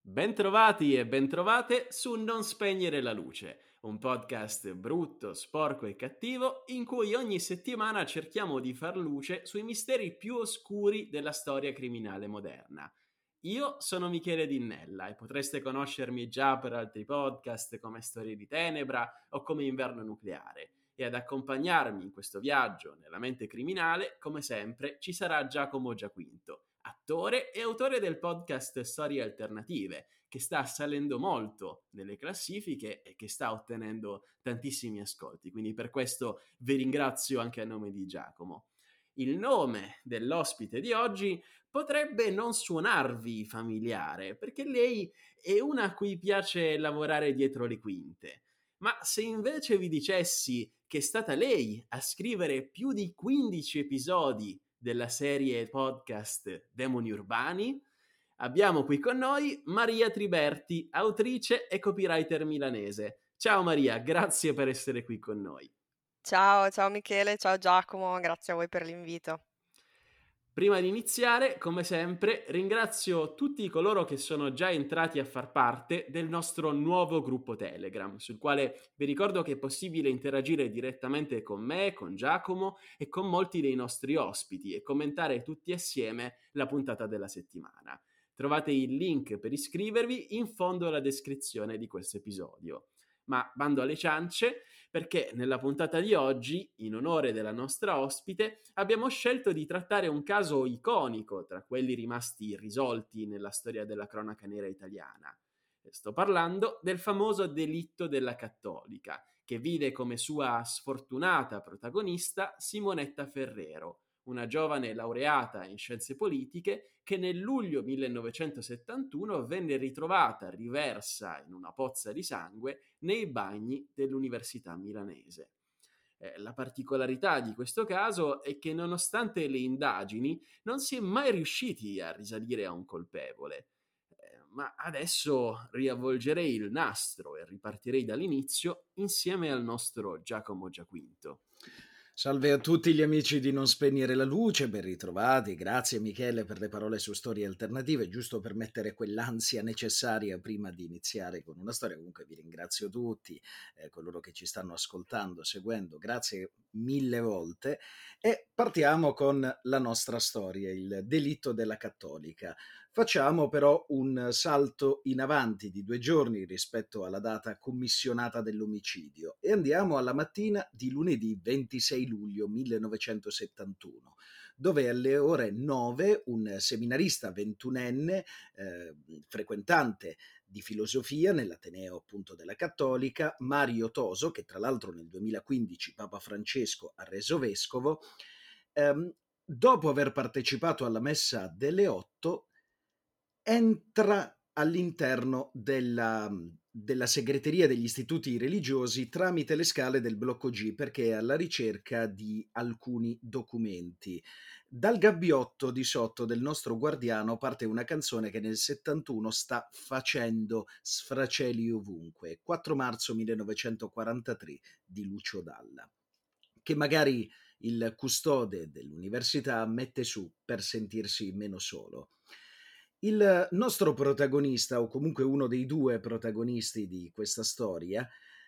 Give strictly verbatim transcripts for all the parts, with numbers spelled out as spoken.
Bentrovati e bentrovate su Non spegnere la luce, un podcast brutto, sporco e cattivo in cui ogni settimana cerchiamo di far luce sui misteri più oscuri della storia criminale moderna. Io sono Michele Dinnella e potreste conoscermi già per altri podcast come Storie di Tenebra o come Inverno Nucleare. E ad accompagnarmi in questo viaggio nella mente criminale, come sempre, ci sarà Giacomo Giaquinto, attore e autore del podcast Storie Alternative, che sta salendo molto nelle classifiche e che sta ottenendo tantissimi ascolti. Quindi per questo vi ringrazio anche a nome di Giacomo. Il nome dell'ospite di oggi potrebbe non suonarvi familiare, perché lei è una a cui piace lavorare dietro le quinte. Ma se invece vi dicessi che è stata lei a scrivere più di quindici episodi della serie podcast Demoni Urbani, abbiamo qui con noi Maria Triberti, autrice e copywriter milanese. Ciao Maria, grazie per essere qui con noi. Ciao, ciao Michele, ciao Giacomo, grazie a voi per l'invito. Prima di iniziare, come sempre, ringrazio tutti coloro che sono già entrati a far parte del nostro nuovo gruppo Telegram, sul quale vi ricordo che è possibile interagire direttamente con me, con Giacomo e con molti dei nostri ospiti e commentare tutti assieme la puntata della settimana. Trovate il link per iscrivervi in fondo alla descrizione di questo episodio. Ma bando alle ciance, perché nella puntata di oggi, in onore della nostra ospite, abbiamo scelto di trattare un caso iconico tra quelli rimasti irrisolti nella storia della cronaca nera italiana. Sto parlando del famoso delitto della Cattolica, che vide come sua sfortunata protagonista Simonetta Ferrero, una giovane laureata in scienze politiche che nel luglio millenovecentosettantuno venne ritrovata riversa in una pozza di sangue nei bagni dell'Università milanese. Eh, la particolarità di questo caso è che nonostante le indagini non si è mai riusciti a risalire a un colpevole. Eh, ma adesso riavvolgerei il nastro e ripartirei dall'inizio insieme al nostro Giacomo Giaquinto. Salve a tutti gli amici di Non spegnere la luce, ben ritrovati. Grazie Michele per le parole su storie alternative, giusto per mettere quell'ansia necessaria prima di iniziare con una storia. Comunque vi ringrazio tutti, eh, coloro che ci stanno ascoltando, seguendo, grazie mille volte. E partiamo con la nostra storia, il delitto della Cattolica. Facciamo però un salto in avanti di due giorni rispetto alla data commissionata dell'omicidio e andiamo alla mattina di lunedì ventisei luglio millenovecentosettantuno, dove alle ore nove un seminarista ventunenne, eh, frequentante di filosofia nell'Ateneo appunto della Cattolica, Mario Toso, che tra l'altro nel duemilaquindici Papa Francesco ha reso vescovo, ehm, dopo aver partecipato alla messa delle otto, entra all'interno della, della segreteria degli istituti religiosi tramite le scale del blocco G, perché è alla ricerca di alcuni documenti. Dal gabbiotto di sotto del nostro guardiano parte una canzone che nel settantuno sta facendo sfraceli ovunque. quattro marzo millenovecentoquarantatré di Lucio Dalla, che magari il custode dell'università mette su per sentirsi meno solo. Il nostro protagonista, o comunque uno dei due protagonisti di questa storia,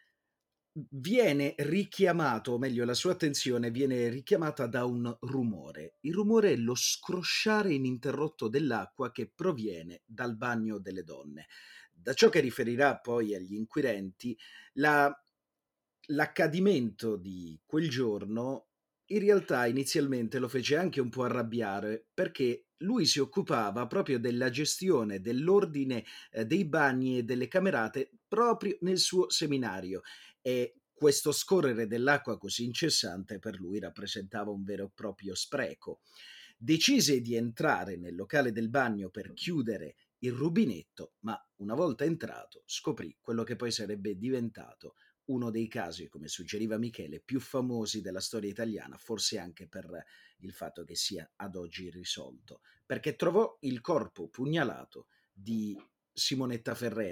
viene richiamato, o meglio la sua attenzione viene richiamata da un rumore. Il rumore è lo scrosciare ininterrotto dell'acqua che proviene dal bagno delle donne. Da ciò che riferirà poi agli inquirenti, la, l'accadimento di quel giorno in realtà inizialmente lo fece anche un po' arrabbiare, perché lui si occupava proprio della gestione dell'ordine eh, dei bagni e delle camerate proprio nel suo seminario, e questo scorrere dell'acqua così incessante per lui rappresentava un vero e proprio spreco. Decise di entrare nel locale del bagno per chiudere il rubinetto, ma una volta entrato scoprì quello che poi sarebbe diventato uno dei casi, come suggeriva Michele, più famosi della storia italiana, forse anche per il fatto che sia ad oggi irrisolto, perché trovò il corpo pugnalato di Simonetta Ferrero,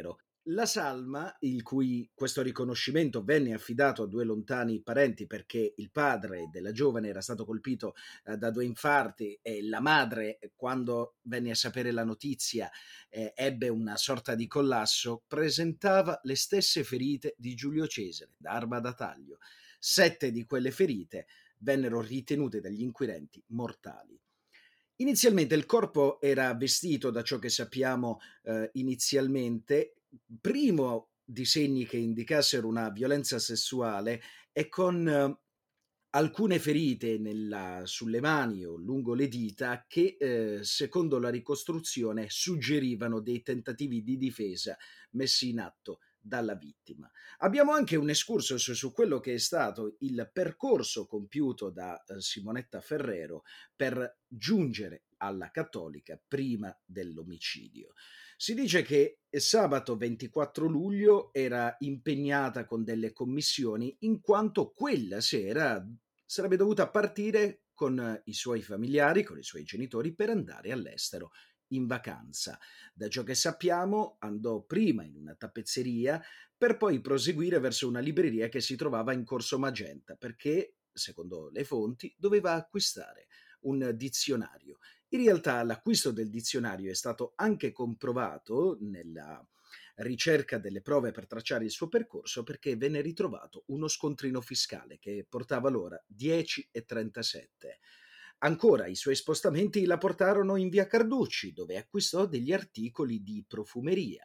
La salma, il cui questo riconoscimento venne affidato a due lontani parenti perché il padre della giovane era stato colpito eh, da due infarti e la madre, eh, quando venne a sapere la notizia, eh, ebbe una sorta di collasso, presentava le stesse ferite di Giulio Cesare, da arma da taglio. Sette di quelle ferite vennero ritenute dagli inquirenti mortali. Inizialmente il corpo era vestito, da ciò che sappiamo eh, inizialmente, primo di segni che indicassero una violenza sessuale e con eh, alcune ferite nella- sulle mani o lungo le dita che, eh, secondo la ricostruzione, suggerivano dei tentativi di difesa messi in atto dalla vittima. Abbiamo anche un excursus su, su quello che è stato il percorso compiuto da eh, Simonetta Ferrero per giungere alla Cattolica prima dell'omicidio. Si dice che sabato ventiquattro luglio era impegnata con delle commissioni in quanto quella sera sarebbe dovuta partire con i suoi familiari, con i suoi genitori, per andare all'estero in vacanza. Da ciò che sappiamo andò prima in una tappezzeria per poi proseguire verso una libreria che si trovava in Corso Magenta perché, secondo le fonti, doveva acquistare un dizionario. In realtà l'acquisto del dizionario è stato anche comprovato nella ricerca delle prove per tracciare il suo percorso perché venne ritrovato uno scontrino fiscale che portava l'ora dieci e trentasette. Ancora i suoi spostamenti la portarono in via Carducci, dove acquistò degli articoli di profumeria.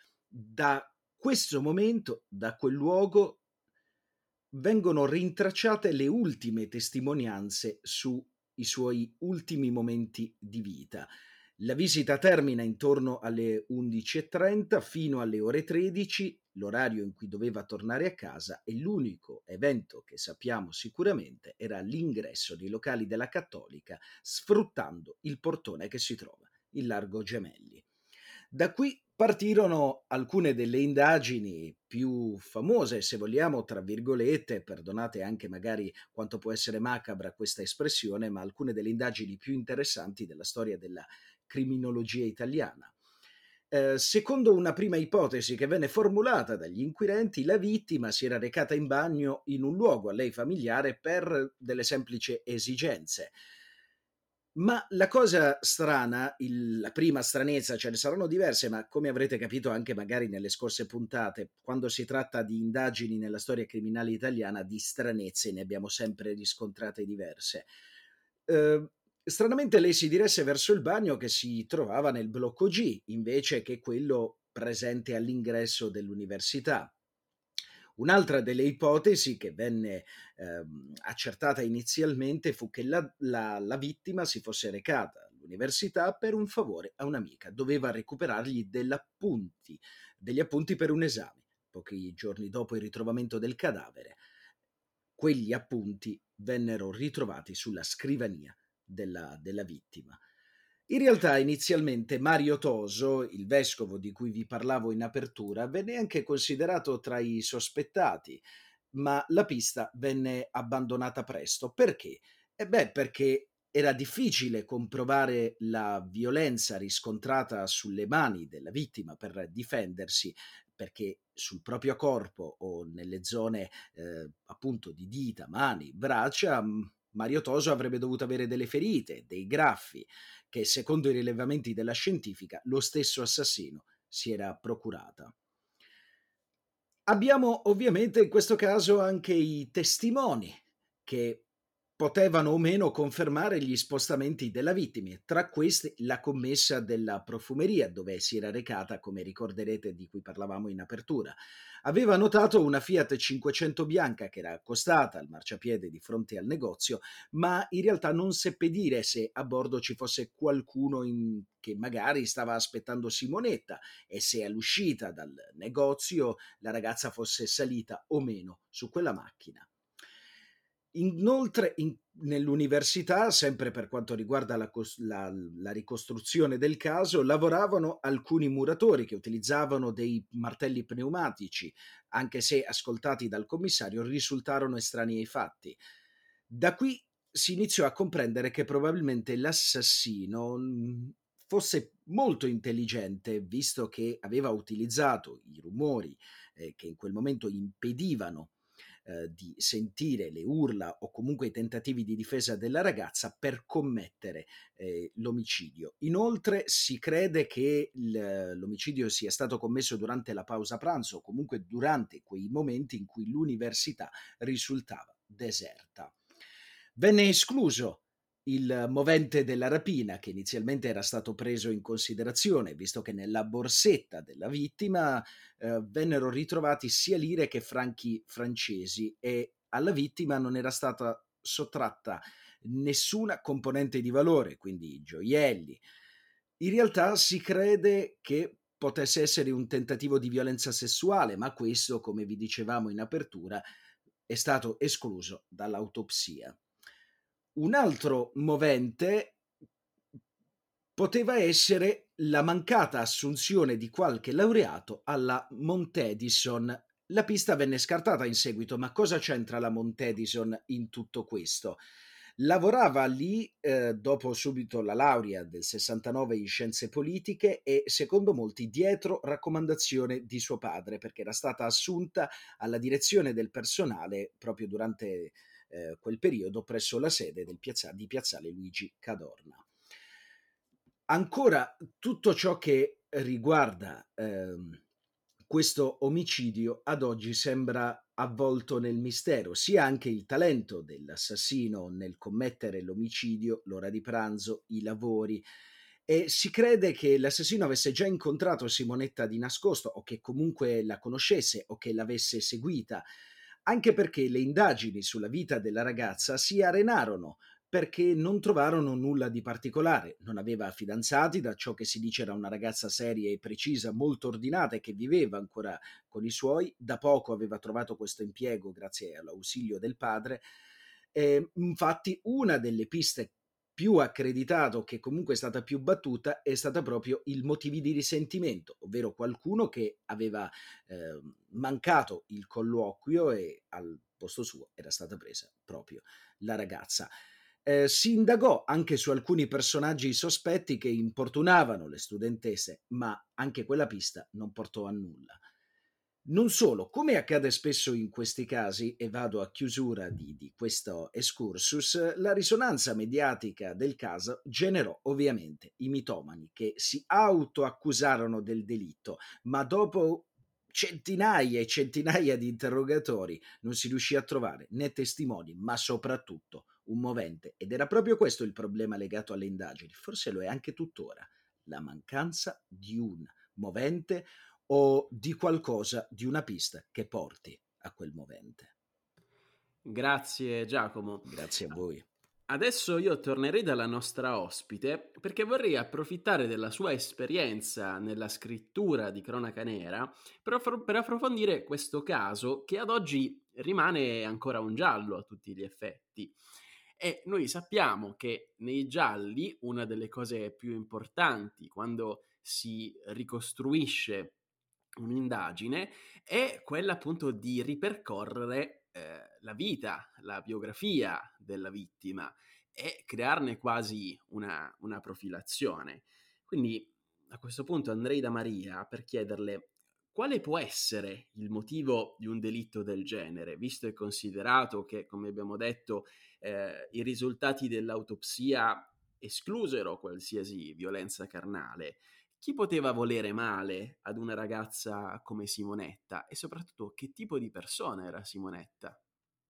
Da questo momento, da quel luogo, vengono rintracciate le ultime testimonianze sui suoi ultimi momenti di vita. La visita termina intorno alle undici e trenta fino alle ore tredici, l'orario in cui doveva tornare a casa, e l'unico evento che sappiamo sicuramente era l'ingresso nei locali della Cattolica sfruttando il portone che si trova in Largo Gemelli. Da qui partirono alcune delle indagini più famose, se vogliamo, tra virgolette, perdonate anche magari quanto può essere macabra questa espressione, ma alcune delle indagini più interessanti della storia della criminologia italiana. Eh, secondo una prima ipotesi che venne formulata dagli inquirenti, la vittima si era recata in bagno in un luogo a lei familiare per delle semplici esigenze. Ma la cosa strana, il- la prima stranezza, ce ne saranno diverse, ma come avrete capito anche magari nelle scorse puntate, quando si tratta di indagini nella storia criminale italiana, di stranezze ne abbiamo sempre riscontrate diverse. Eh, Stranamente lei si diresse verso il bagno che si trovava nel blocco G, invece che quello presente all'ingresso dell'università. Un'altra delle ipotesi che venne ehm, accertata inizialmente fu che la, la- la vittima si fosse recata all'università per un favore a un'amica, doveva recuperargli dell'appunti, degli appunti per un esame. Pochi giorni dopo il ritrovamento del cadavere, quegli appunti vennero ritrovati sulla scrivania della, della vittima. In realtà inizialmente Mario Toso, il vescovo di cui vi parlavo in apertura, venne anche considerato tra i sospettati, ma la pista venne abbandonata presto. Perché? E beh, perché era difficile comprovare la violenza riscontrata sulle mani della vittima per difendersi, perché sul proprio corpo o nelle zone eh, appunto di dita, mani, braccia, mh, Mario Toso avrebbe dovuto avere delle ferite, dei graffi, che secondo i rilevamenti della scientifica lo stesso assassino si era procurata. Abbiamo ovviamente in questo caso anche i testimoni che potevano o meno confermare gli spostamenti della vittima, tra questi la commessa della profumeria dove si era recata, come ricorderete, di cui parlavamo in apertura. Aveva notato una Fiat cinquecento bianca che era accostata al marciapiede di fronte al negozio, ma in realtà non seppe dire se a bordo ci fosse qualcuno in... che magari stava aspettando Simonetta e se all'uscita dal negozio la ragazza fosse salita o meno su quella macchina. Inoltre, in, nell'università, sempre per quanto riguarda la, la, la ricostruzione del caso, lavoravano alcuni muratori che utilizzavano dei martelli pneumatici, anche se ascoltati dal commissario risultarono estranei ai fatti. Da qui si iniziò a comprendere che probabilmente l'assassino fosse molto intelligente, visto che aveva utilizzato i rumori eh, che in quel momento impedivano eh, di sentire le urla o comunque i tentativi di difesa della ragazza per commettere eh, l'omicidio. Inoltre si crede che il- l'omicidio sia stato commesso durante la pausa pranzo o comunque durante quei momenti in cui l'università risultava deserta. Venne escluso il movente della rapina, che inizialmente era stato preso in considerazione, visto che nella borsetta della vittima eh, vennero ritrovati sia lire che franchi francesi e alla vittima non era stata sottratta nessuna componente di valore, quindi gioielli. In realtà si crede che potesse essere un tentativo di violenza sessuale, ma questo, come vi dicevamo in apertura, è stato escluso dall'autopsia. Un altro movente poteva essere la mancata assunzione di qualche laureato alla Montedison. La pista venne scartata in seguito, ma cosa c'entra la Montedison in tutto questo? Lavorava lì eh, dopo subito la laurea del sessantanove in scienze politiche e secondo molti dietro raccomandazione di suo padre, perché era stata assunta alla direzione del personale proprio durante eh, quel periodo presso la sede del piazza- di Piazzale Luigi Cadorna. Ancora tutto ciò che riguarda ehm, questo omicidio ad oggi sembra avvolto nel mistero, sia anche il talento dell'assassino nel commettere l'omicidio, l'ora di pranzo, i lavori. E si crede che l'assassino avesse già incontrato Simonetta di nascosto o che comunque la conoscesse o che l'avesse seguita, anche perché le indagini sulla vita della ragazza si arenarono perché non trovarono nulla di particolare. Non aveva fidanzati, da ciò che si dice era una ragazza seria e precisa, molto ordinata e che viveva ancora con i suoi. Da poco aveva trovato questo impiego grazie all'ausilio del padre. E, infatti, una delle piste più accreditato, che comunque è stata più battuta, è stata proprio il motivi di risentimento, ovvero qualcuno che aveva eh, mancato il colloquio e al posto suo era stata presa proprio la ragazza. Eh, si indagò anche su alcuni personaggi sospetti che importunavano le studentesse, ma anche quella pista non portò a nulla. Non solo, come accade spesso in questi casi, e vado a chiusura di, di questo excursus, la risonanza mediatica del caso generò ovviamente i mitomani che si autoaccusarono del delitto, ma dopo centinaia e centinaia di interrogatori non si riuscì a trovare né testimoni, ma soprattutto un movente. Ed era proprio questo il problema legato alle indagini, forse lo è anche tuttora, la mancanza di un movente o di qualcosa, di una pista che porti a quel movente. Grazie Giacomo. Grazie a voi. Adesso io tornerei dalla nostra ospite perché vorrei approfittare della sua esperienza nella scrittura di cronaca nera per, affro- per approfondire questo caso che ad oggi rimane ancora un giallo a tutti gli effetti. E noi sappiamo che nei gialli una delle cose più importanti quando si ricostruisce un'indagine è quella appunto di ripercorrere eh, la vita, la biografia della vittima e crearne quasi una, una profilazione. Quindi a questo punto andrei da Maria per chiederle quale può essere il motivo di un delitto del genere, visto e considerato che, come abbiamo detto, eh, i risultati dell'autopsia esclusero qualsiasi violenza carnale. Chi poteva volere male ad una ragazza come Simonetta e soprattutto che tipo di persona era Simonetta?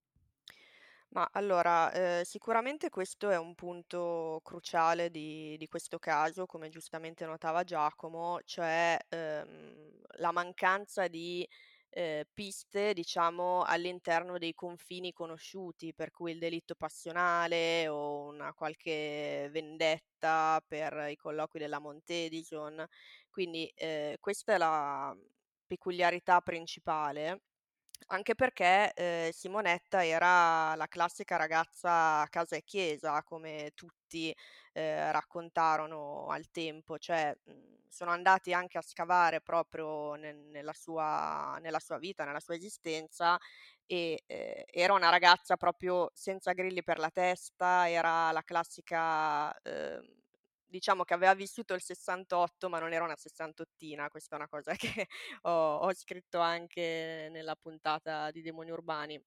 Ma allora, ehm, sicuramente questo è un punto cruciale di di questo caso, come giustamente notava Giacomo, cioè, ehm, la mancanza di, ehm, piste, diciamo, all'interno dei confini conosciuti, per cui il delitto passionale o una qualche vendetta per i colloqui della Montedison. Quindi, ehm, questa è la peculiarità principale, anche perché, ehm, Simonetta era la classica ragazza casa e chiesa, come tutti, ehm, raccontarono al tempo, cioè, mhmm, sono andati anche a scavare proprio ne nella sua nella sua vita, nella sua esistenza e, ehm, era una ragazza proprio senza grilli per la testa, era la classica, ehm, diciamo che aveva vissuto il sessantotto, ma non era una sessantottina. Questa è una cosa che ho, ho scritto anche nella puntata di Demoni Urbani.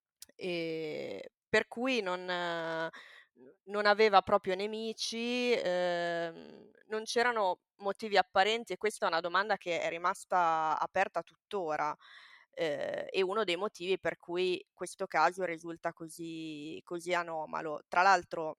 E per cui non, eh, non aveva proprio nemici, ehm, non c'erano motivi apparenti, e questa è una domanda che è rimasta aperta tuttora. Eh, e uno dei motivi per cui questo caso risulta così, così anomalo. Tra l'altro,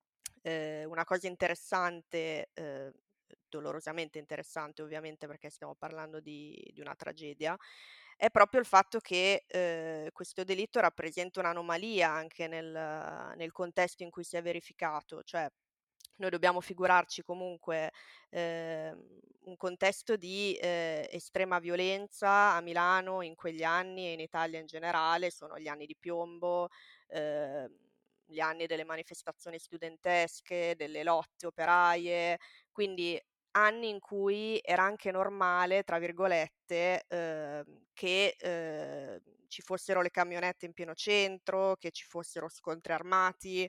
eh, una cosa interessante, eh, dolorosamente interessante ovviamente, perché stiamo parlando di, di una tragedia, è proprio il fatto che eh, questo delitto rappresenta un'anomalia anche nel, nel contesto in cui si è verificato. Cioè, noi dobbiamo figurarci comunque ehm, un contesto di eh, estrema violenza a Milano in quegli anni e in Italia in generale. Sono gli anni di piombo, ehm, gli anni delle manifestazioni studentesche, delle lotte operaie, quindi anni in cui era anche normale, tra virgolette, ehm, che eh, ci fossero le camionette in pieno centro, che ci fossero scontri armati.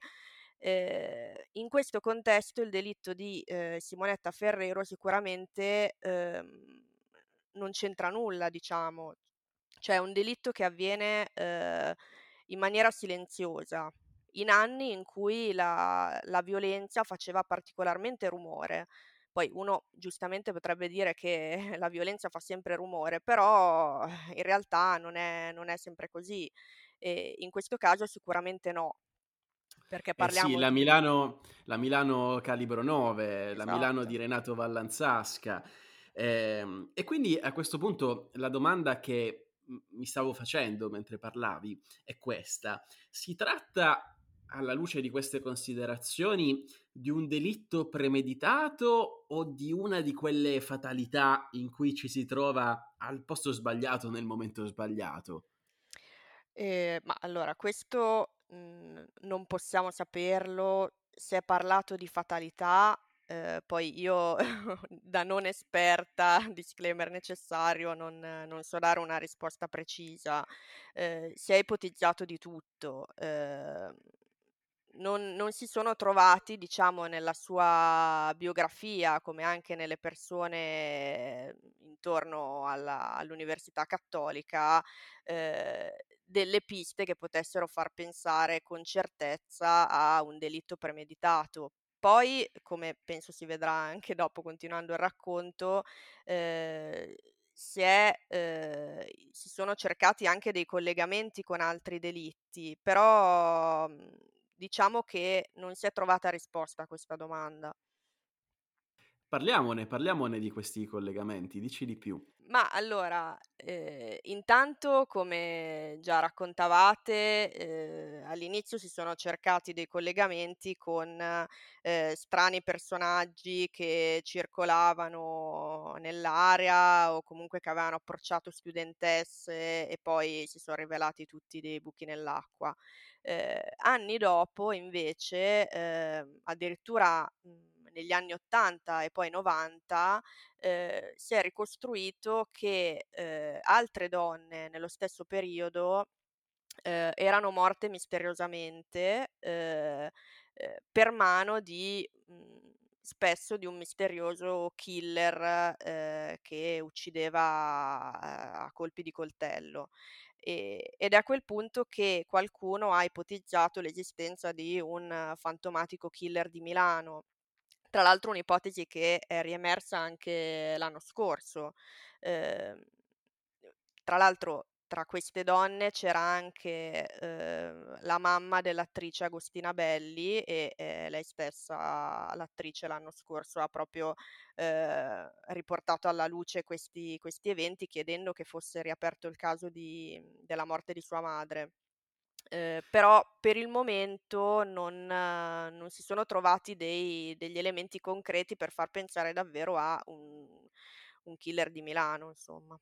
Eh, in questo contesto il delitto di eh, Simonetta Ferrero sicuramente ehm, non c'entra nulla, diciamo. Cioè è un delitto che avviene eh, in maniera silenziosa, in anni in cui la, la violenza faceva particolarmente rumore. Poi uno giustamente potrebbe dire che la violenza fa sempre rumore, però in realtà non è, non è sempre così. E in questo caso sicuramente no, perché Eh sì, parliamo la di... Milano, la Milano calibro nove, la Milano Esatto. di Renato Vallanzasca. Ehm, e quindi a questo punto la domanda che m- mi stavo facendo mentre parlavi è questa. Si tratta, alla luce di queste considerazioni, di un delitto premeditato o di una di quelle fatalità in cui ci si trova al posto sbagliato nel momento sbagliato? Ehm, ma allora questo, mhmm, non possiamo saperlo. Si è parlato di fatalità, ehm, poi io da non esperta, disclaimer necessario, non non so dare una risposta precisa. Ehm, si è ipotizzato di tutto. Ehm, non non si sono trovati, diciamo, nella sua biografia, come anche nelle persone intorno alla all'università cattolica, ehm, delle piste che potessero far pensare con certezza a un delitto premeditato. Poi, come penso si vedrà anche dopo continuando il racconto, ehm, si è ehm, i si sono cercati anche dei collegamenti con altri delitti, però, mhmm, diciamo che non si è trovata risposta a questa domanda. Parliamone, parliamone di questi collegamenti, dici di più. Ma allora, ehm, intanto come già raccontavate, ehm, all'inizio si sono cercati dei collegamenti con, ehm, strani personaggi che circolavano nell'area o comunque che avevano approcciato studentesse e poi si son rivelati tutti dei buchi nell'acqua. Ehm, anni dopo invece, ehm, addirittura, mhmm, negli anni 'ottanta e poi novanta, ehm, si è ricostruito che, ehm, altre donne nello stesso periodo, ehm, erano morte misteriosamente, ehm, ehm, per mano di mhmm, spesso di un misterioso killer, ehm, che uccideva a a colpi di coltello. Ehm, ed è a quel punto che qualcuno ha ipotizzato l'esistenza di un eh, fantomatico killer di Milano. Tra l'altro un'ipotesi che è riemersa anche l'anno scorso. Ehm, tra l'altro tra queste donne c'era anche, ehm, la mamma dell'attrice Agostina Belli e, ehm, lei stessa, l'attrice, l'anno scorso ha proprio, ehm, riportato alla luce questi questi eventi, chiedendo che fosse riaperto il caso di della morte di sua madre. Ehm, però per il momento non eh, non si sono trovati dei degli elementi concreti per far pensare davvero a un un killer di Milano, insomma.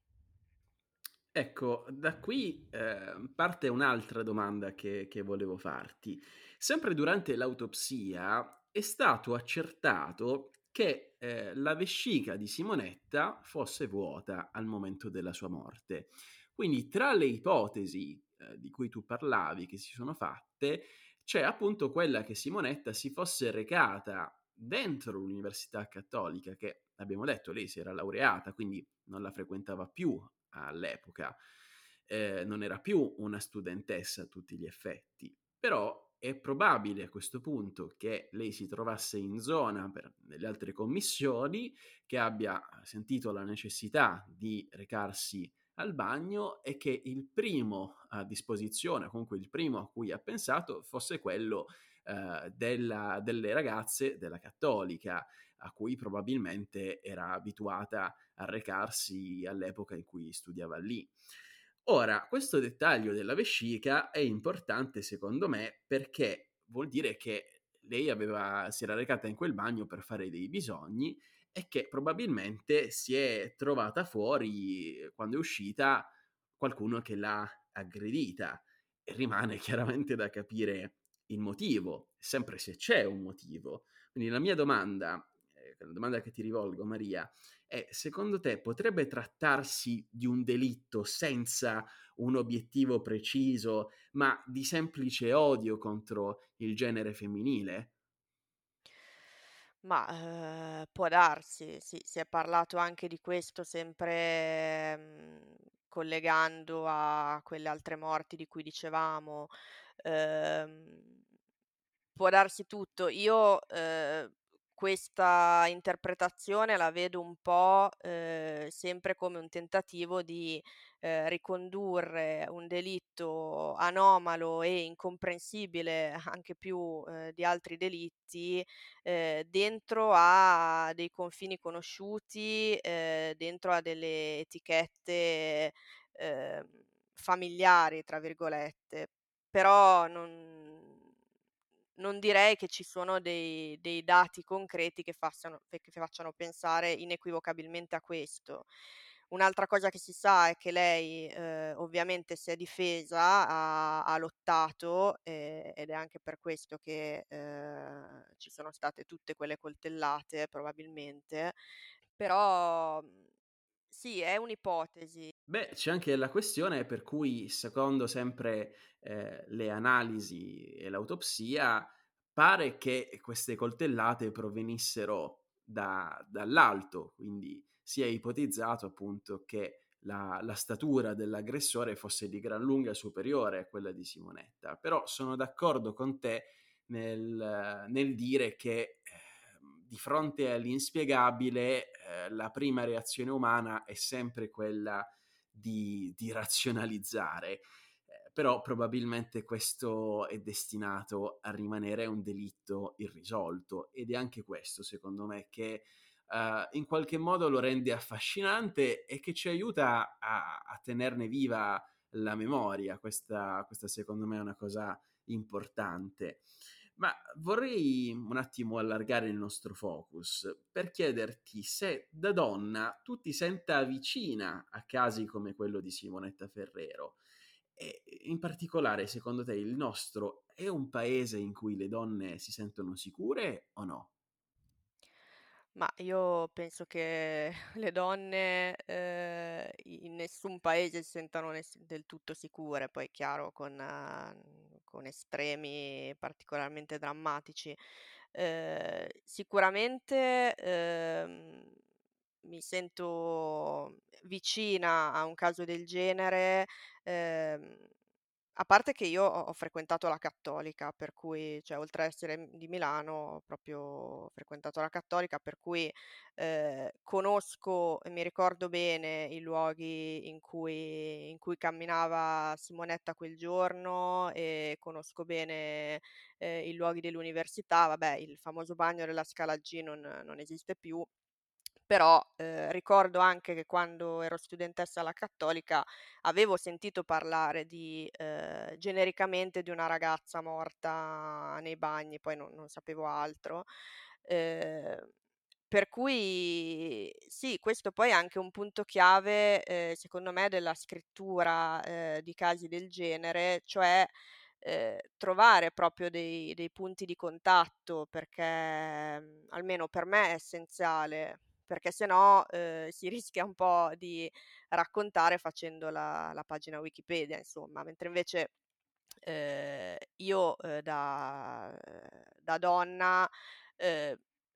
Ecco, da qui, ehm, parte un'altra domanda che che volevo farti. Sempre durante l'autopsia è stato accertato che, ehm, la vescica di Simonetta fosse vuota al momento della sua morte. Quindi tra le ipotesi, ehm, di cui tu parlavi che si sono fatte, c'è appunto quella che Simonetta si fosse recata dentro l'Università Cattolica, che abbiamo detto lei si era laureata, quindi non la frequentava più all'epoca, eh, non era più una studentessa a tutti gli effetti, però è probabile a questo punto che lei si trovasse in zona per nelle altre commissioni, che abbia sentito la necessità di recarsi al bagno e che il primo a disposizione, comunque il primo a cui ha pensato, fosse quello eh, della, delle ragazze della Cattolica, a cui probabilmente era abituata a recarsi all'epoca in cui studiava lì. Ora, questo dettaglio della vescica è importante secondo me perché vuol dire che lei aveva, si era recata in quel bagno per fare dei bisogni e che probabilmente si è trovata fuori, quando è uscita, qualcuno che l'ha aggredita. E rimane chiaramente da capire il motivo, sempre se c'è un motivo. Quindi la mia domanda, eh, la domanda che ti rivolgo, Maria, è: secondo te potrebbe trattarsi di un delitto senza un obiettivo preciso, ma di semplice odio contro il genere femminile? Ma, ehm, può darsi, sì, si è parlato anche di questo sempre, mhmm, collegando a quelle altre morti di cui dicevamo. Ehm, può darsi tutto. Io, ehm, questa interpretazione la vedo un po', ehm, sempre come un tentativo di, ehm, ricondurre un delitto anomalo e incomprensibile anche più, ehm, di altri delitti, ehm, dentro a dei confini conosciuti, ehm, dentro a delle etichette, ehm, "familiari" tra virgolette. Però non non direi che ci sono dei dei dati concreti che fassano che che facciano pensare inequivocabilmente a questo. Un'altra cosa che si sa è che lei, ehm, ovviamente si è difesa, ha ha lottato, ehm, ed è anche per questo che, ehm, ci sono state tutte quelle coltellate probabilmente, però, mhmm, sì, è un'ipotesi. Beh, c'è anche la questione per cui, secondo sempre eh, le analisi e l'autopsia, pare che queste coltellate provenissero da- dall'alto, quindi si è ipotizzato appunto che la, la statura dell'aggressore fosse di gran lunga superiore a quella di Simonetta. Però sono d'accordo con te nel, nel dire che eh, di fronte all'inspiegabile eh, la prima reazione umana è sempre quella di, di razionalizzare, eh, però probabilmente questo è destinato a rimanere un delitto irrisolto ed è anche questo, secondo me, che uh, in qualche modo lo rende affascinante e che ci aiuta a, a tenerne viva la memoria. Questa, questa secondo me è una cosa importante. Ma vorrei un attimo allargare il nostro focus per chiederti se da donna tu ti senta vicina a casi come quello di Simonetta Ferrero e in particolare secondo te il nostro è un paese in cui le donne si sentono sicure o no? Ma io penso che le donne, ehm, in nessun paese si sentano ness del tutto sicure, poi chiaro con mhmm, con estremi particolarmente drammatici. Ehm, sicuramente, ehm, mi sento vicina a un caso del genere, ehm, a parte che io ho ho frequentato la Cattolica, per cui cioè oltre a essere, mhmm, di Milano, ho proprio frequentato la Cattolica, per cui, ehm, conosco e mi ricordo bene i luoghi in cui in cui camminava Simonetta quel giorno e conosco bene, ehm, i luoghi dell'università. Vabbè, il famoso bagno della Scala G non non esiste più, però, ehm, ricordo anche che quando ero studentessa alla Cattolica avevo sentito parlare di ehm, genericamente di una ragazza morta nei bagni, poi non non sapevo altro. Ehm, per cui sì, questo poi è anche un punto chiave, ehm, secondo me della scrittura, ehm, di casi del genere, cioè, ehm, trovare proprio dei dei punti di contatto perché, mhmm, almeno per me è essenziale, perché se no, ehm, si rischia un po' di raccontare facendo la la pagina Wikipedia insomma, mentre invece, ehm, io, ehm, da ehm, da donna, ehm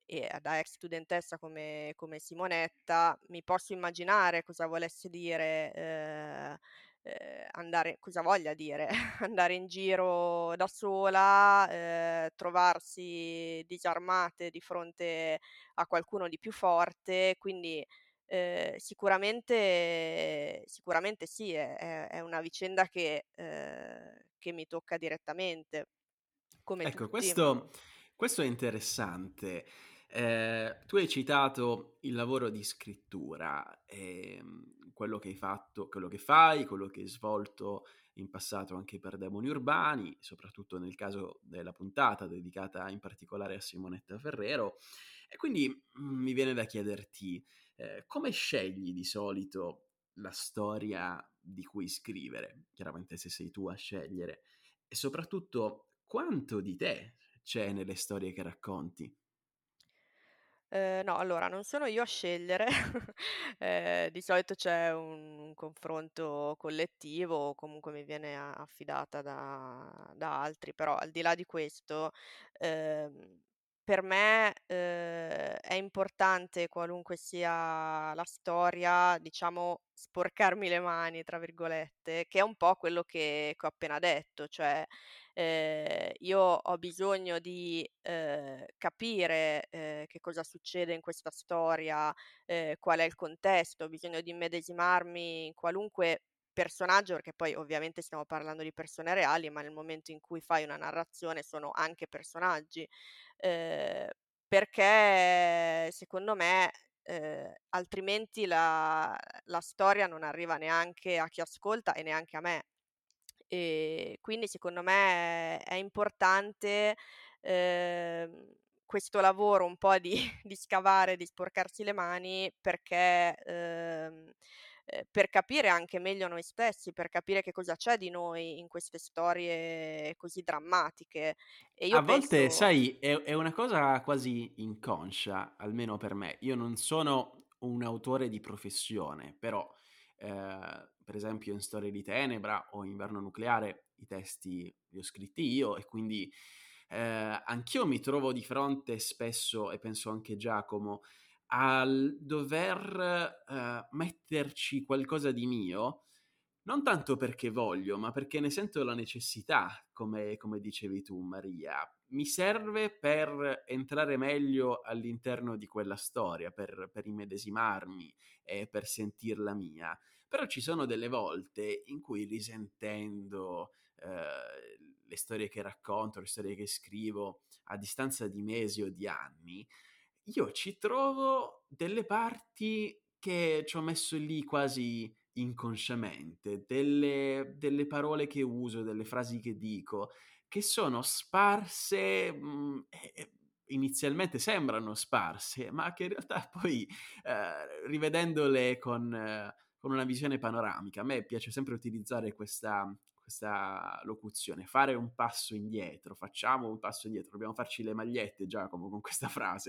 e da ex studentessa come come Simonetta, mi posso immaginare cosa volesse dire, ehm, ehm, andare cosa voglia dire andare in giro da sola, ehm, trovarsi disarmate di fronte a qualcuno di più forte, quindi, ehm, sicuramente sicuramente sì, è è è una vicenda che ehm, che mi tocca direttamente, come Ecco, tutti. questo questo è interessante. Ehm, tu hai citato il lavoro di scrittura, ehm, quello che hai fatto quello che fai, quello che hai svolto in passato anche per Demoni Urbani, soprattutto nel caso della puntata dedicata in particolare a Simonetta Ferrero. E quindi, mhmm, mi viene da chiederti, ehm, come scegli di solito la storia di cui scrivere? Chiaramente se sei tu a scegliere. E soprattutto quanto di te c'è nelle storie che racconti? Ehm, no, allora non sono io a scegliere, ehm, di solito c'è un un confronto collettivo o comunque mi viene a affidata da da altri, però al di là di questo, ehm, per me, ehm, è importante qualunque sia la storia, diciamo, "sporcarmi le mani" tra virgolette, che è un po' quello che che ho appena detto, cioè ehm, io ho bisogno di, ehm, capire, ehm, che cosa succede in questa storia, ehm, qual è il contesto, ho bisogno di immedesimarmi in qualunque personaggio, perché poi ovviamente stiamo parlando di persone reali, ma nel momento in cui fai una narrazione sono anche personaggi, ehm, perché secondo me, ehm, altrimenti la la storia non arriva neanche a chi ascolta e neanche a me. Ehm, quindi secondo me è importante, ehm, questo lavoro un po' di di scavare, di sporcarsi le mani perché ehm, ehm, per capire anche meglio noi stessi, per capire che cosa c'è di noi in queste storie così drammatiche. E io A volte, penso sai, è è una cosa quasi inconscia, almeno per me. Io non sono un autore di professione, però, ehm, per esempio in Storie di Tenebra o Inverno Nucleare i testi li ho scritti io e quindi, ehm, anch'io mi trovo di fronte spesso, e penso anche Giacomo, al dover, ehm, metterci qualcosa di mio, non tanto perché voglio, ma perché ne sento la necessità, come come dicevi tu Maria. Mi serve per entrare meglio all'interno di quella storia, per per immedesimarmi e per sentirla mia. Però ci sono delle volte in cui risentendo, ehm, le storie che racconto, le storie che scrivo a distanza di mesi o di anni, io ci trovo delle parti che c'ho messo lì quasi inconsciamente, delle delle parole che uso, delle frasi che dico, che sono sparse, mhmm, e e inizialmente sembrano sparse, ma che in realtà poi, ehm, rivedendole con eh, con una visione panoramica, a me piace sempre utilizzare questa questa locuzione: fare un passo indietro, facciamo un passo indietro, dobbiamo farci le magliette Giacomo con questa frase.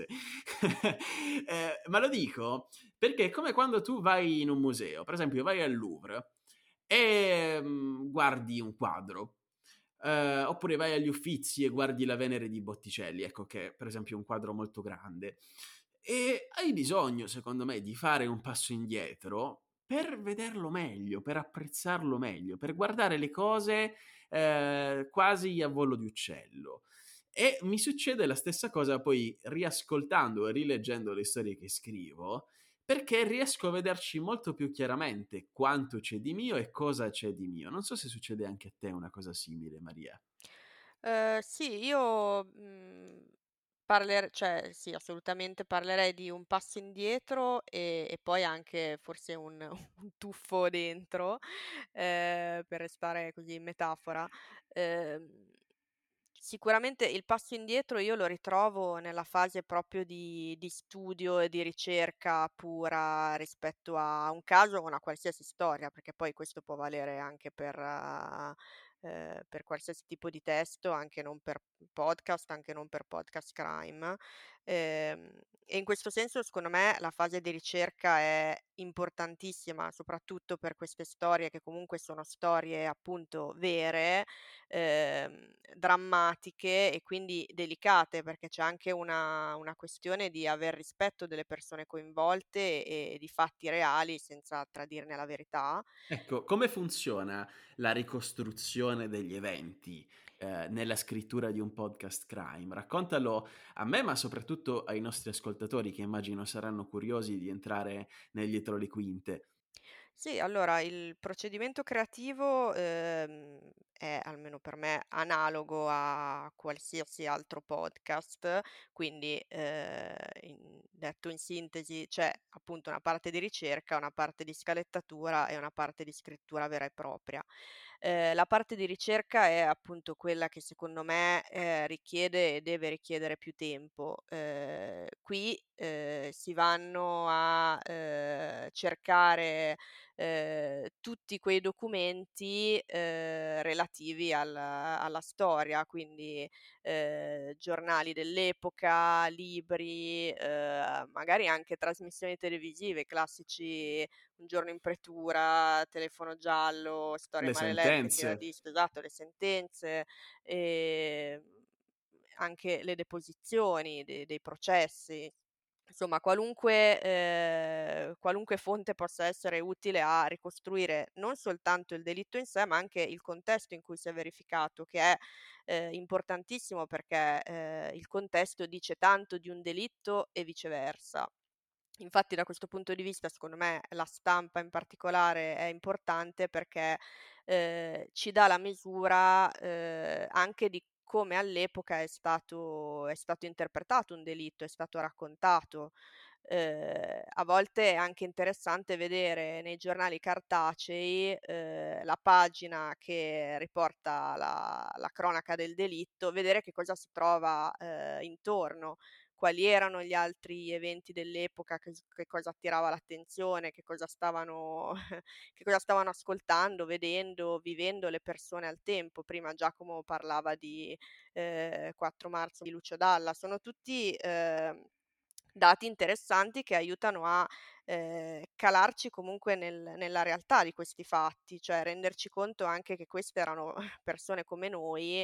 Ehm, ma lo dico perché è come quando tu vai in un museo, per esempio vai al Louvre e, mhmm, guardi un quadro, ehm, oppure vai agli Uffizi e guardi la Venere di Botticelli, ecco che per esempio è un quadro molto grande. E hai bisogno, secondo me, di fare un passo indietro per vederlo meglio, per apprezzarlo meglio, per guardare le cose, ehm, quasi a volo di uccello. E mi succede la stessa cosa poi riascoltando e rileggendo le storie che scrivo, perché riesco a vederci molto più chiaramente quanto c'è di mio e cosa c'è di mio. Non so se succede anche a te una cosa simile, Maria. Ehm, sì, io, mhmm, parler cioè sì, assolutamente parlerei di un passo indietro e e poi anche forse un un tuffo dentro, ehm, per restare così in metafora. Ehm, Sicuramente il passo indietro io lo ritrovo nella fase proprio di di studio e di ricerca pura rispetto a un caso o una qualsiasi storia, perché poi questo può valere anche per ehm, per qualsiasi tipo di testo, anche non per podcast, anche non per podcast crime. Ehm, e in questo senso, secondo me, la fase di ricerca è importantissima, soprattutto per queste storie che comunque sono storie appunto vere, ehm, drammatiche e quindi delicate, perché c'è anche una una questione di aver rispetto delle persone coinvolte e di fatti reali senza tradirne la verità. Ecco, come funziona la ricostruzione degli eventi, ehm, nella scrittura di un podcast crime? Raccontalo a me, ma soprattutto ai nostri ascoltatori che immagino saranno curiosi di entrare nel dietro le quinte. Sì, allora il procedimento creativo, ehm, è, almeno per me, analogo a qualsiasi altro podcast, quindi, ehm, in detto in sintesi, c'è appunto una parte di ricerca, una parte di scalettatura e una parte di scrittura vera e propria. Ehm, la parte di ricerca è appunto quella che secondo me, ehm, richiede e deve richiedere più tempo. Ehm, qui, ehm, si vanno a, ehm, cercare, ehm, tutti quei documenti, ehm, relativi al alla storia, quindi, ehm, giornali dell'epoca, libri, ehm, magari anche trasmissioni televisive, classici Un giorno in pretura, Telefono giallo, Storie Le maledette che sentenze, ho visto, esatto, le sentenze, ehm, anche le deposizioni de dei processi. Insomma, qualunque ehm, qualunque fonte possa essere utile a ricostruire non soltanto il delitto in sé, ma anche il contesto in cui si è verificato, che è, ehm, importantissimo perché, ehm, il contesto dice tanto di un delitto e viceversa. Infatti da questo punto di vista, secondo me, la stampa in particolare è importante perché, ehm, ci dà la misura, ehm, anche di come all'epoca è stato è stato interpretato un delitto, è stato raccontato. Ehm, a volte è anche interessante vedere nei giornali cartacei, ehm, la pagina che riporta la la cronaca del delitto, vedere che cosa si trova, ehm, intorno, quali erano gli altri eventi dell'epoca, che s che cosa attirava l'attenzione, che cosa stavano che cosa stavano ascoltando, vedendo, vivendo le persone al tempo. Prima Giacomo parlava di, ehm, quattro marzo di Lucio Dalla. Sono tutti, ehm, dati interessanti che aiutano a, ehm, calarci comunque nel nella realtà di questi fatti, cioè renderci conto anche che queste erano persone come noi,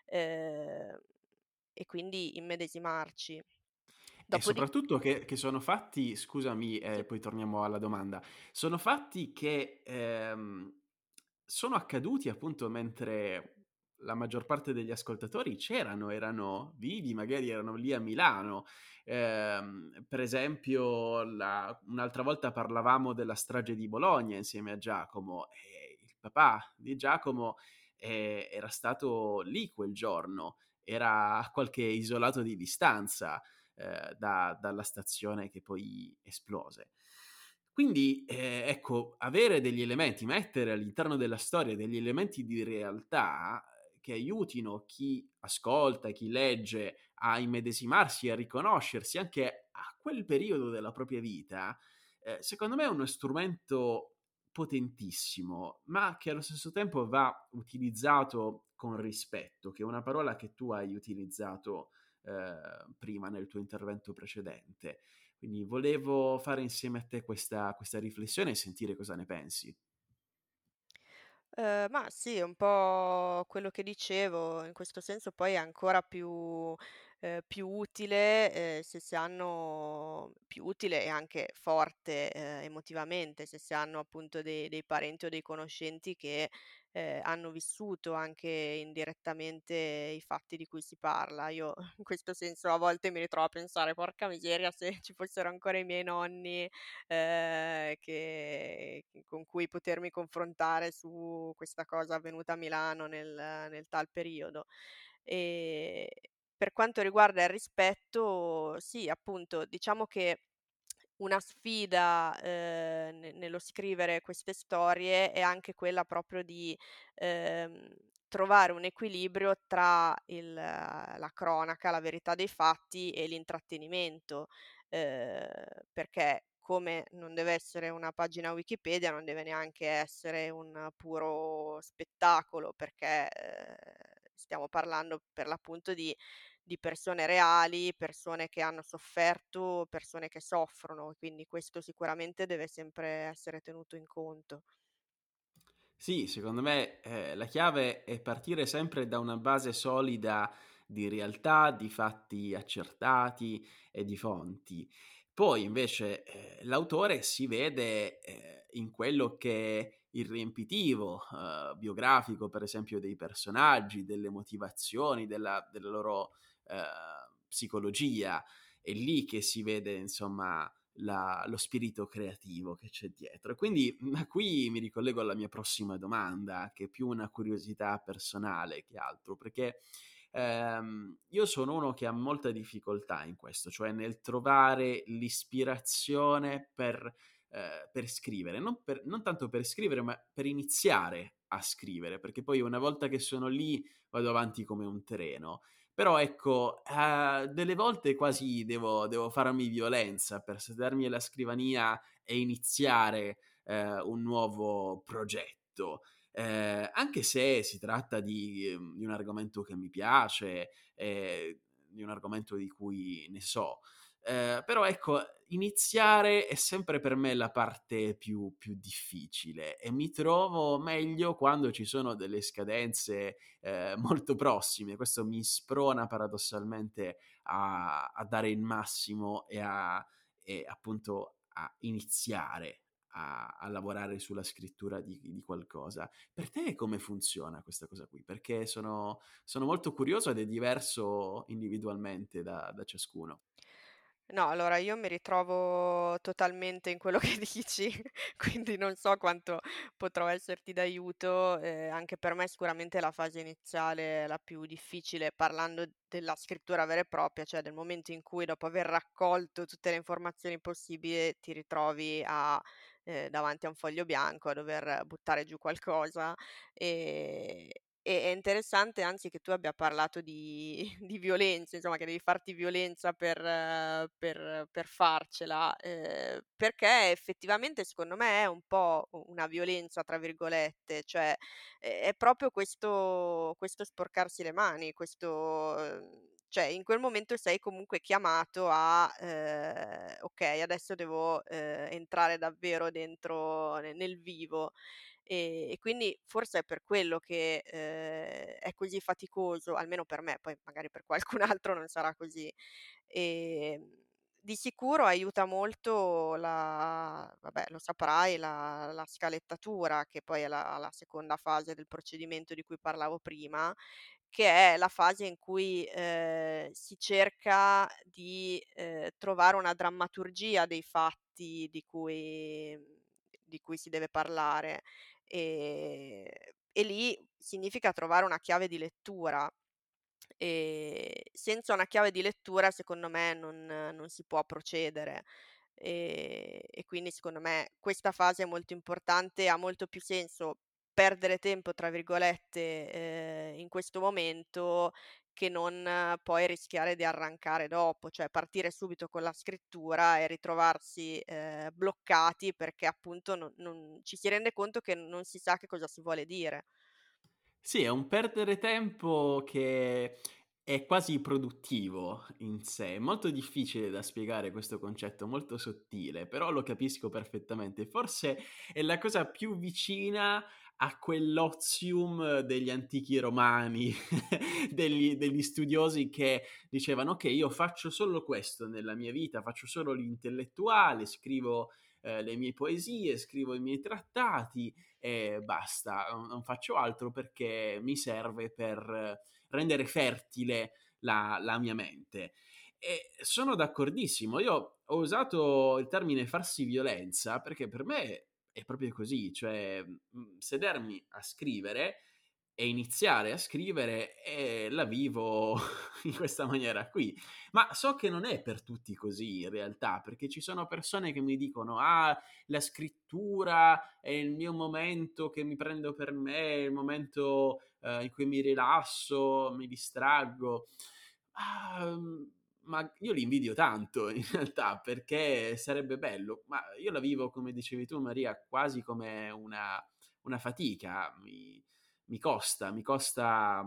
ehm, e quindi immedesimarci. e Dopodi soprattutto che che sono fatti, scusami, Sì. e poi torniamo alla domanda, sono fatti che, ehm, sono accaduti appunto mentre la maggior parte degli ascoltatori c'erano, erano vivi, magari erano lì a Milano. Ehm, per esempio la un'altra volta parlavamo della strage di Bologna insieme a Giacomo, e il papà di Giacomo, ehm, era stato lì quel giorno, era a qualche isolato di distanza, ehm, da dalla stazione che poi esplose. Quindi, ehm, ecco, avere degli elementi, mettere all'interno della storia degli elementi di realtà, ehm, che aiutino chi ascolta, chi legge a immedesimarsi, a riconoscersi anche a quel periodo della propria vita, ehm, secondo me è uno strumento potentissimo, ma che allo stesso tempo va utilizzato con rispetto, che è una parola che tu hai utilizzato ehm, prima nel tuo intervento precedente. Quindi volevo fare insieme a te questa questa riflessione e sentire cosa ne pensi. Ehm, ma sì, è un po' quello che dicevo, in questo senso poi è ancora più ehm, più utile, ehm, se si hanno più utile e anche forte, ehm, emotivamente, se si hanno appunto dei dei parenti o dei conoscenti che, ehm, hanno vissuto anche indirettamente i fatti di cui si parla. Io in questo senso a volte mi ritrovo a pensare: "Porca miseria, se ci fossero ancora i miei nonni, ehm, che con cui potermi confrontare su questa cosa avvenuta a Milano nel nel tal periodo." Ehm, per quanto riguarda il rispetto, sì, appunto, diciamo che una sfida, ehm, ne nello scrivere queste storie è anche quella proprio di, ehm, trovare un equilibrio tra il la cronaca, la verità dei fatti e l'intrattenimento, ehm, perché come non deve essere una pagina Wikipedia, non deve neanche essere un puro spettacolo, perché, ehm, stiamo parlando per l'appunto di di persone reali, persone che hanno sofferto, persone che soffrono, quindi questo sicuramente deve sempre essere tenuto in conto. Sì, secondo me, ehm, la chiave è partire sempre da una base solida di realtà, di fatti accertati e di fonti. Poi invece, ehm, l'autore si vede, ehm, in quello che è il riempitivo, uhm, biografico, per esempio, dei personaggi, delle motivazioni, della della loro, ehm, psicologia. È lì che si vede, insomma, la lo spirito creativo che c'è dietro. E quindi, da qui mi ricollego alla mia prossima domanda, che è più una curiosità personale che altro, perché, ehm, io sono uno che ha molta difficoltà in questo, cioè nel trovare l'ispirazione per ehm, per scrivere, non per non tanto per scrivere, ma per iniziare a scrivere, perché poi una volta che sono lì vado avanti come un treno. Però ecco, ehm, delle volte quasi devo devo farmi violenza per sedermi alla scrivania e iniziare, ehm, un nuovo progetto, ehm, anche se si tratta di ehm, di un argomento che mi piace, ehm, di un argomento di cui ne so. Ehm, però ecco, iniziare è sempre per me la parte più più difficile e mi trovo meglio quando ci sono delle scadenze ehm, molto prossime. Questo mi sprona paradossalmente a a dare il massimo e a e appunto a iniziare a a lavorare sulla scrittura di di qualcosa. Per te come funziona questa cosa qui? Perché sono sono molto curioso ed è diverso individualmente da da ciascuno. No, allora io mi ritrovo totalmente in quello che dici, quindi non so quanto potrò esserti d'aiuto. Ehm, anche per me sicuramente la fase iniziale è la più difficile, parlando della scrittura vera e propria, cioè del momento in cui dopo aver raccolto tutte le informazioni possibili ti ritrovi a ehm, davanti a un foglio bianco a dover buttare giù qualcosa. Ehm, e è interessante anzi che tu abbia parlato di di violenza, insomma che devi farti violenza per eh, per per farcela, ehm, perché effettivamente secondo me è un po' u una "violenza" tra virgolette, cioè è è proprio questo questo sporcarsi le mani, questo uhm, cioè in quel momento sei comunque chiamato a, ehm: "Okay, adesso devo, ehm, entrare davvero dentro ne nel vivo". Ehm, e quindi forse è per quello che, ehm, è così faticoso, almeno per me, poi magari per qualcun altro non sarà così. Ehm, di sicuro aiuta molto la vabbè lo saprai, la la scalettatura, che poi è la la seconda fase del procedimento di cui parlavo prima, che è la fase in cui, ehm, si cerca di, ehm, trovare una drammaturgia dei fatti di cui di cui si deve parlare. Ehm, e lì significa trovare una chiave di lettura. Ehm, senza una chiave di lettura secondo me non non si può procedere. Ehm, e quindi secondo me questa fase è molto importante, ha molto più senso "perdere tempo" tra virgolette, ehm, in questo momento che non eh, poi rischiare di arrancare dopo, cioè partire subito con la scrittura e ritrovarsi, ehm, bloccati perché appunto non non ci si rende conto che non si sa che cosa si vuole dire. Sì, è un perdere tempo che è quasi produttivo in sé. È molto difficile da spiegare questo concetto, molto sottile, però lo capisco perfettamente. Forse è la cosa più vicina a quell'ozium degli antichi romani, degli, degli studiosi che dicevano: ok, io faccio solo questo nella mia vita, faccio solo l'intellettuale, scrivo eh, le mie poesie, scrivo i miei trattati e basta, non non faccio altro perché mi serve per rendere fertile la la mia mente. E sono d'accordissimo. Io ho usato il termine farsi violenza perché per me è proprio così, cioè, mhmm, sedermi a scrivere e iniziare a scrivere, e la vivo in questa maniera qui. Ma so che non è per tutti così in realtà, perché ci sono persone che mi dicono: "Ah, la scrittura è il mio momento che mi prendo per me, il momento, ehm, in cui mi rilasso, mi distraggo". Ah, mhmm, ma io li invidio tanto in realtà, perché sarebbe bello, ma io la vivo, come dicevi tu Maria, quasi come una una fatica. Mi mi costa mi costa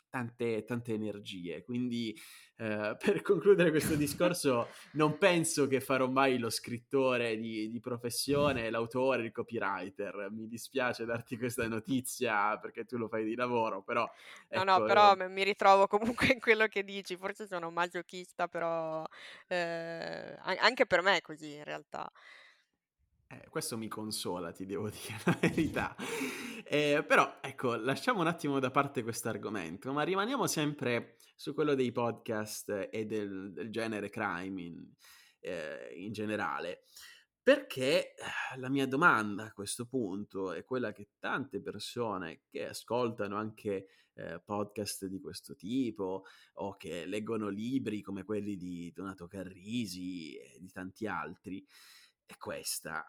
tante, tante energie. Quindi eh, per concludere questo discorso, non penso che farò mai lo scrittore di, di professione, l'autore, il copywriter. Mi dispiace darti questa notizia perché tu lo fai di lavoro, però No, no, ecco... però eh, m mi ritrovo comunque in quello che dici, forse sono masochista, però, ehm, a anche per me è così in realtà. Eh, questo mi consola, ti devo dire la verità. Eh, però, ecco, lasciamo un attimo da parte questo argomento, ma rimaniamo sempre su quello dei podcast e del, del genere crime in, eh, in generale. Perché eh, la mia domanda a questo punto è quella che tante persone che ascoltano anche eh, podcast di questo tipo o che leggono libri come quelli di Donato Carrisi e di tanti altri è questa: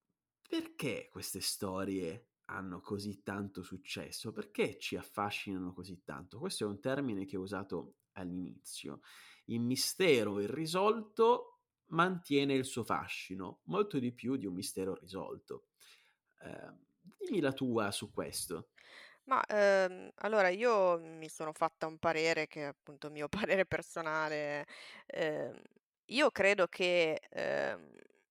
perché queste storie hanno così tanto successo? Perché ci affascinano così tanto? Questo è un termine che ho usato all'inizio. Il mistero irrisolto mantiene il suo fascino, molto di più di un mistero risolto. Ehm, dimmi la tua su questo. Ma, ehm, allora io mi sono fatta un parere che è appunto mio parere personale. Ehm, io credo che, ehm,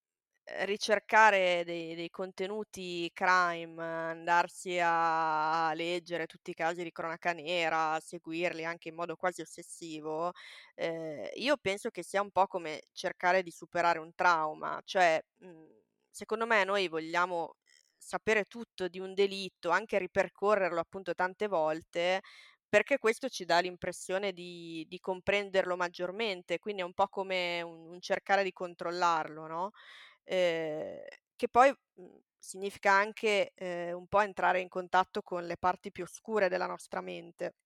ricercare dei dei contenuti crime, andarsi a leggere tutti i casi di cronaca nera, seguirli anche in modo quasi ossessivo, ehm, io penso che sia un po' come cercare di superare un trauma. Cioè, mhmm, secondo me noi vogliamo sapere tutto di un delitto, anche ripercorrerlo appunto tante volte, perché questo ci dà l'impressione di di comprenderlo maggiormente, quindi è un po' come un un cercare di controllarlo, no, ehm, che poi, mhmm, significa anche, ehm, un po' entrare in contatto con le parti più oscure della nostra mente.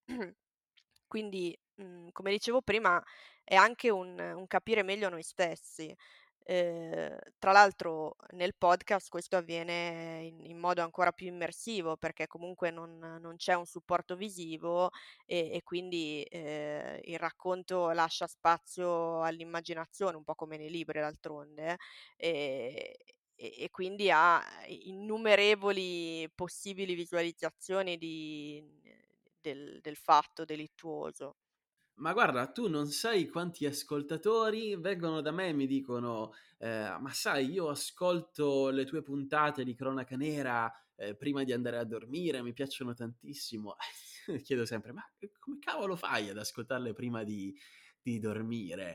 Quindi, mhmm, come dicevo prima, è anche un un capire meglio noi stessi. Ehm, tra l'altro nel podcast questo avviene in in modo ancora più immersivo, perché comunque non non c'è un supporto visivo e e quindi, ehm, il racconto lascia spazio all'immaginazione, un po' come nei libri d'altronde, ehm, e e quindi ha innumerevoli possibili visualizzazioni di del del fatto delittuoso. Ma guarda, tu non sai quanti ascoltatori vengono da me e mi dicono: ehm: "Ma sai, io ascolto le tue puntate di Cronaca Nera, ehm, prima di andare a dormire, mi piacciono tantissimo." Chiedo sempre: "Ma, ehm, come cavolo fai ad ascoltarle prima di di dormire?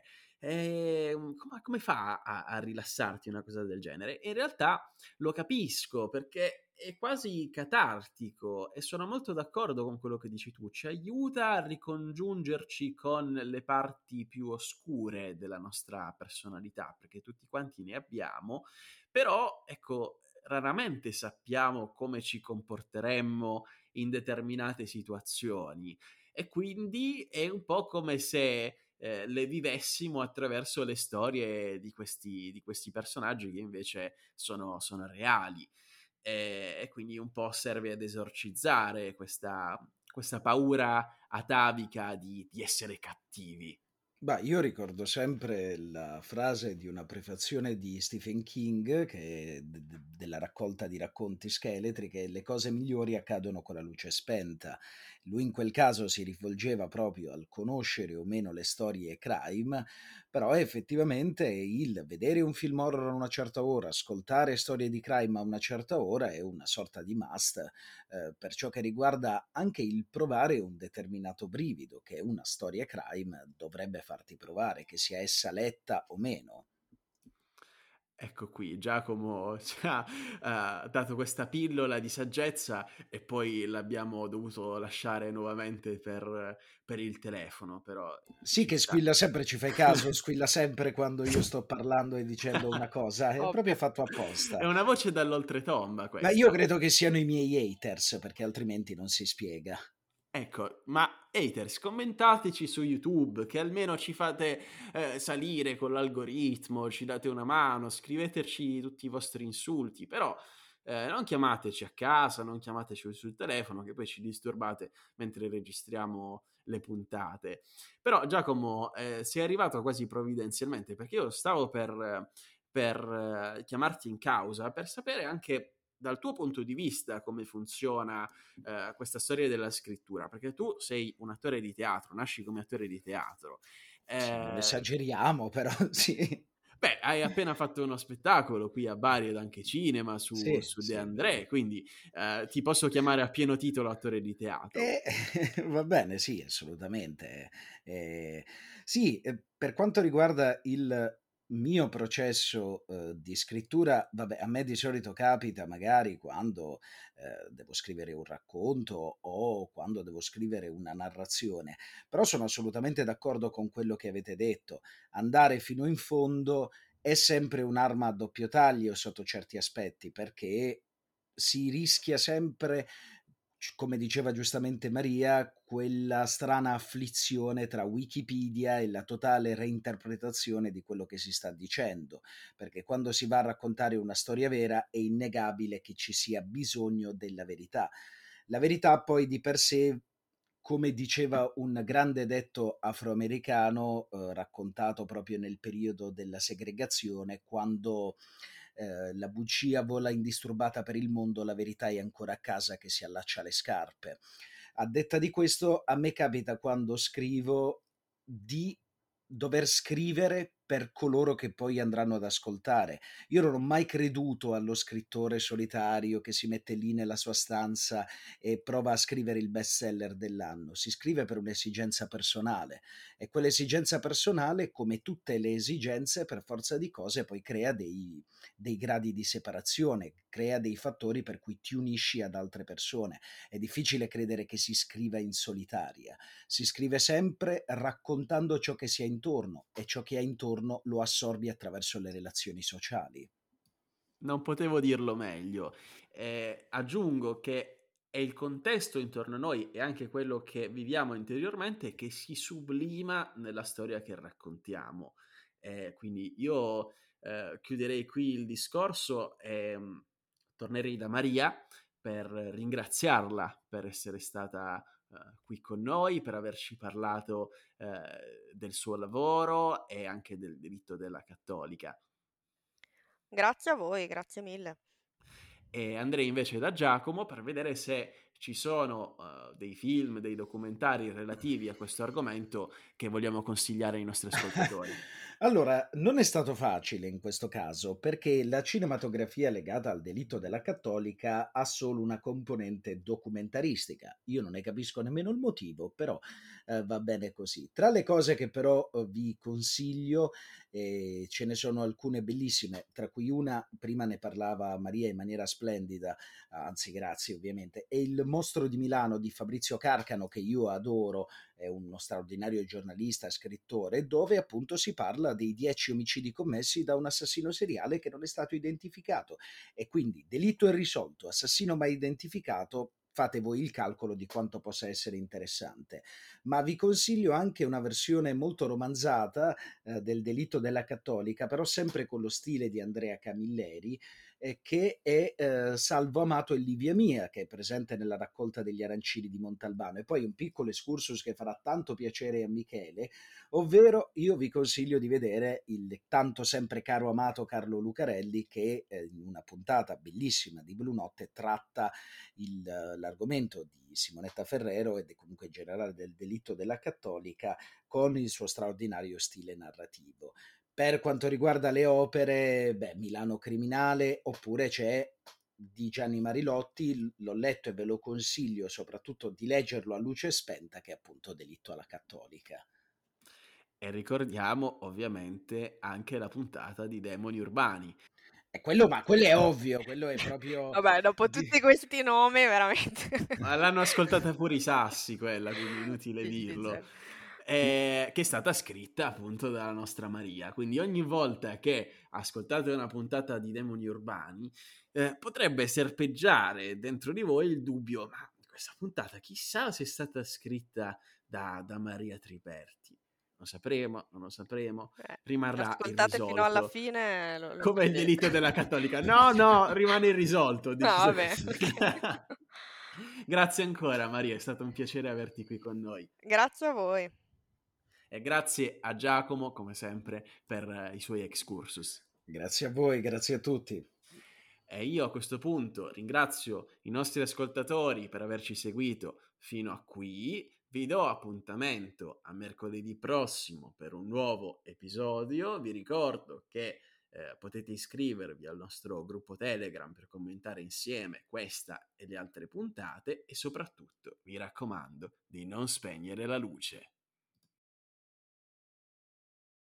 Ehm, come come fa a a rilassarti una cosa del genere?" E in realtà lo capisco, perché è quasi catartico e sono molto d'accordo con quello che dici tu. Ci aiuta a ricongiungerci con le parti più oscure della nostra personalità, perché tutti quanti ne abbiamo, però ecco, raramente sappiamo come ci comporteremmo in determinate situazioni e quindi è un po' come se eh, le vivessimo attraverso le storie di questi, di questi personaggi che invece sono, sono reali. E, e quindi un po' serve ad esorcizzare questa, questa paura atavica di, di essere cattivi. Bah, io ricordo sempre la frase di una prefazione di Stephen King, che è d- d- della raccolta di racconti scheletri, che le cose migliori accadono con la luce spenta. Lui in quel caso si rivolgeva proprio al conoscere o meno le storie crime, però effettivamente il vedere un film horror a una certa ora, ascoltare storie di crime a una certa ora è una sorta di must eh, per ciò che riguarda anche il provare un determinato brivido che una storia crime dovrebbe farti provare, che sia essa letta o meno. Ecco qui, Giacomo ci ha eh, dato questa pillola di saggezza e poi l'abbiamo dovuto lasciare nuovamente per, per il telefono, però Sì, ci che sta. squilla sempre, ci fai caso, squilla sempre quando io sto parlando e dicendo una cosa, è proprio Ovvio. fatto È apposta. una voce dall'oltretomba Ma io questa. credo che siano i miei haters, perché altrimenti non si spiega. Ecco, ma haters, commentateci su YouTube, che almeno ci fate eh, salire con l'algoritmo, ci date una mano, scriveteci tutti i vostri insulti, però eh, non chiamateci a casa, non chiamateci sul telefono, che poi ci disturbate mentre registriamo le puntate. Però Giacomo, eh, sei arrivato quasi provvidenzialmente, perché io stavo per, per eh, chiamarti in causa, per sapere anche dal tuo punto di vista come funziona eh, questa storia della scrittura, perché tu sei un attore di teatro, nasci come attore di teatro. Sì, non Eh, esageriamo, però sì. Beh, hai appena fatto uno spettacolo qui a Bari ed anche cinema su, Sì, su De sì, André, quindi eh, ti posso chiamare a pieno titolo attore di teatro. Eh, va bene, sì, assolutamente. Eh, sì, eh, per quanto riguarda il mio processo eh, di scrittura, vabbè, a me di solito capita magari quando eh, devo scrivere un racconto o quando devo scrivere una narrazione, però sono assolutamente d'accordo con quello che avete detto. Andare fino in fondo è sempre un'arma a doppio taglio sotto certi aspetti, perché si rischia sempre, come diceva giustamente Maria, quella strana afflizione tra Wikipedia e la totale reinterpretazione di quello che si sta dicendo, perché quando si va a raccontare una storia vera è innegabile che ci sia bisogno della verità. La verità poi di per sé, come diceva un grande detto afroamericano, eh, raccontato proprio nel periodo della segregazione, quando eh, la bugia vola indisturbata per il mondo, la verità è ancora a casa che si allaccia alle scarpe. A detta di questo, a me capita quando scrivo di dover scrivere per coloro che poi andranno ad ascoltare. Io non ho mai creduto allo scrittore solitario che si mette lì nella sua stanza e prova a scrivere il bestseller dell'anno. Si scrive per un'esigenza personale e quell'esigenza personale, come tutte le esigenze, per forza di cose poi crea dei, dei gradi di separazione, crea dei fattori per cui ti unisci ad altre persone. È difficile credere che si scriva in solitaria. Si scrive sempre raccontando ciò che si ha intorno e ciò che ha intorno lo assorbi attraverso le relazioni sociali. Non potevo dirlo meglio. Eh, aggiungo che è il contesto intorno a noi e anche quello che viviamo interiormente che si sublima nella storia che raccontiamo. Eh, quindi io eh, chiuderei qui il discorso e mh, tornerei da Maria per ringraziarla per essere stata eh, qui con noi, per averci parlato eh, del suo lavoro e anche del diritto della cattolica. Grazie a voi, grazie mille. E andrei invece da Giacomo per vedere se ci sono uh, dei film, dei documentari relativi a questo argomento che vogliamo consigliare ai nostri ascoltatori. Allora, non è stato facile in questo caso perché la cinematografia legata al delitto della cattolica ha solo una componente documentaristica. Io non ne capisco nemmeno il motivo, però eh, va bene così. Tra le cose che però eh, vi consiglio, eh, ce ne sono alcune bellissime, tra cui una, prima ne parlava Maria in maniera splendida, anzi grazie ovviamente, è Il mostro di Milano di Fabrizio Carcano, che io adoro, è uno straordinario giornalista e scrittore, dove appunto si parla dei dieci omicidi commessi da un assassino seriale che non è stato identificato. E quindi delitto irrisolto, assassino mai identificato, fate voi il calcolo di quanto possa essere interessante. Ma vi consiglio anche una versione molto romanzata eh, del delitto della cattolica, però sempre con lo stile di Andrea Camilleri, eh, che è eh, Salvo Amato e Livia Mia, che è presente nella raccolta degli arancini di Montalbano. E poi un piccolo excursus che farà tanto piacere a Michele, ovvero io vi consiglio di vedere il tanto sempre caro amato Carlo Lucarelli, che eh, in una puntata bellissima di Blu Notte tratta il, l'argomento di Simonetta Ferrero e comunque in generale del delitto della cattolica con il suo straordinario stile narrativo. Per quanto riguarda le opere, beh, Milano Criminale, oppure c'è di Gianni Marilotti, l'ho letto e ve lo consiglio soprattutto di leggerlo a luce spenta, che è appunto Delitto alla Cattolica. E ricordiamo ovviamente anche la puntata di Demoni Urbani. E quello, ma quello è ovvio, quello è proprio... Vabbè, dopo di- tutti questi nomi, veramente. Ma l'hanno ascoltata pure i sassi quella, quindi inutile Sì, sì, dirlo. certo. Eh, che è stata scritta appunto dalla nostra Maria. Quindi ogni volta che ascoltate una puntata di Demoni Urbani, eh, potrebbe serpeggiare dentro di voi il dubbio: ma questa puntata chissà se è stata scritta da, da Maria Triperti. Lo sapremo, non lo sapremo, Eh, rimarrà ascoltate fino alla irrisolto. fine, lo, lo Come il sapete. delitto della cattolica. No, no, rimane irrisolto, ho No, deciso vabbè, così. ok. Grazie ancora Maria, è stato un piacere averti qui con noi. Grazie a voi. E grazie a Giacomo, come sempre, per eh, i suoi excursus. Grazie a voi, grazie a tutti. E io a questo punto ringrazio i nostri ascoltatori per averci seguito fino a qui. Vi do appuntamento a mercoledì prossimo per un nuovo episodio. Vi ricordo che eh, potete iscrivervi al nostro gruppo Telegram per commentare insieme questa e le altre puntate, e soprattutto vi raccomando di non spegnere la luce.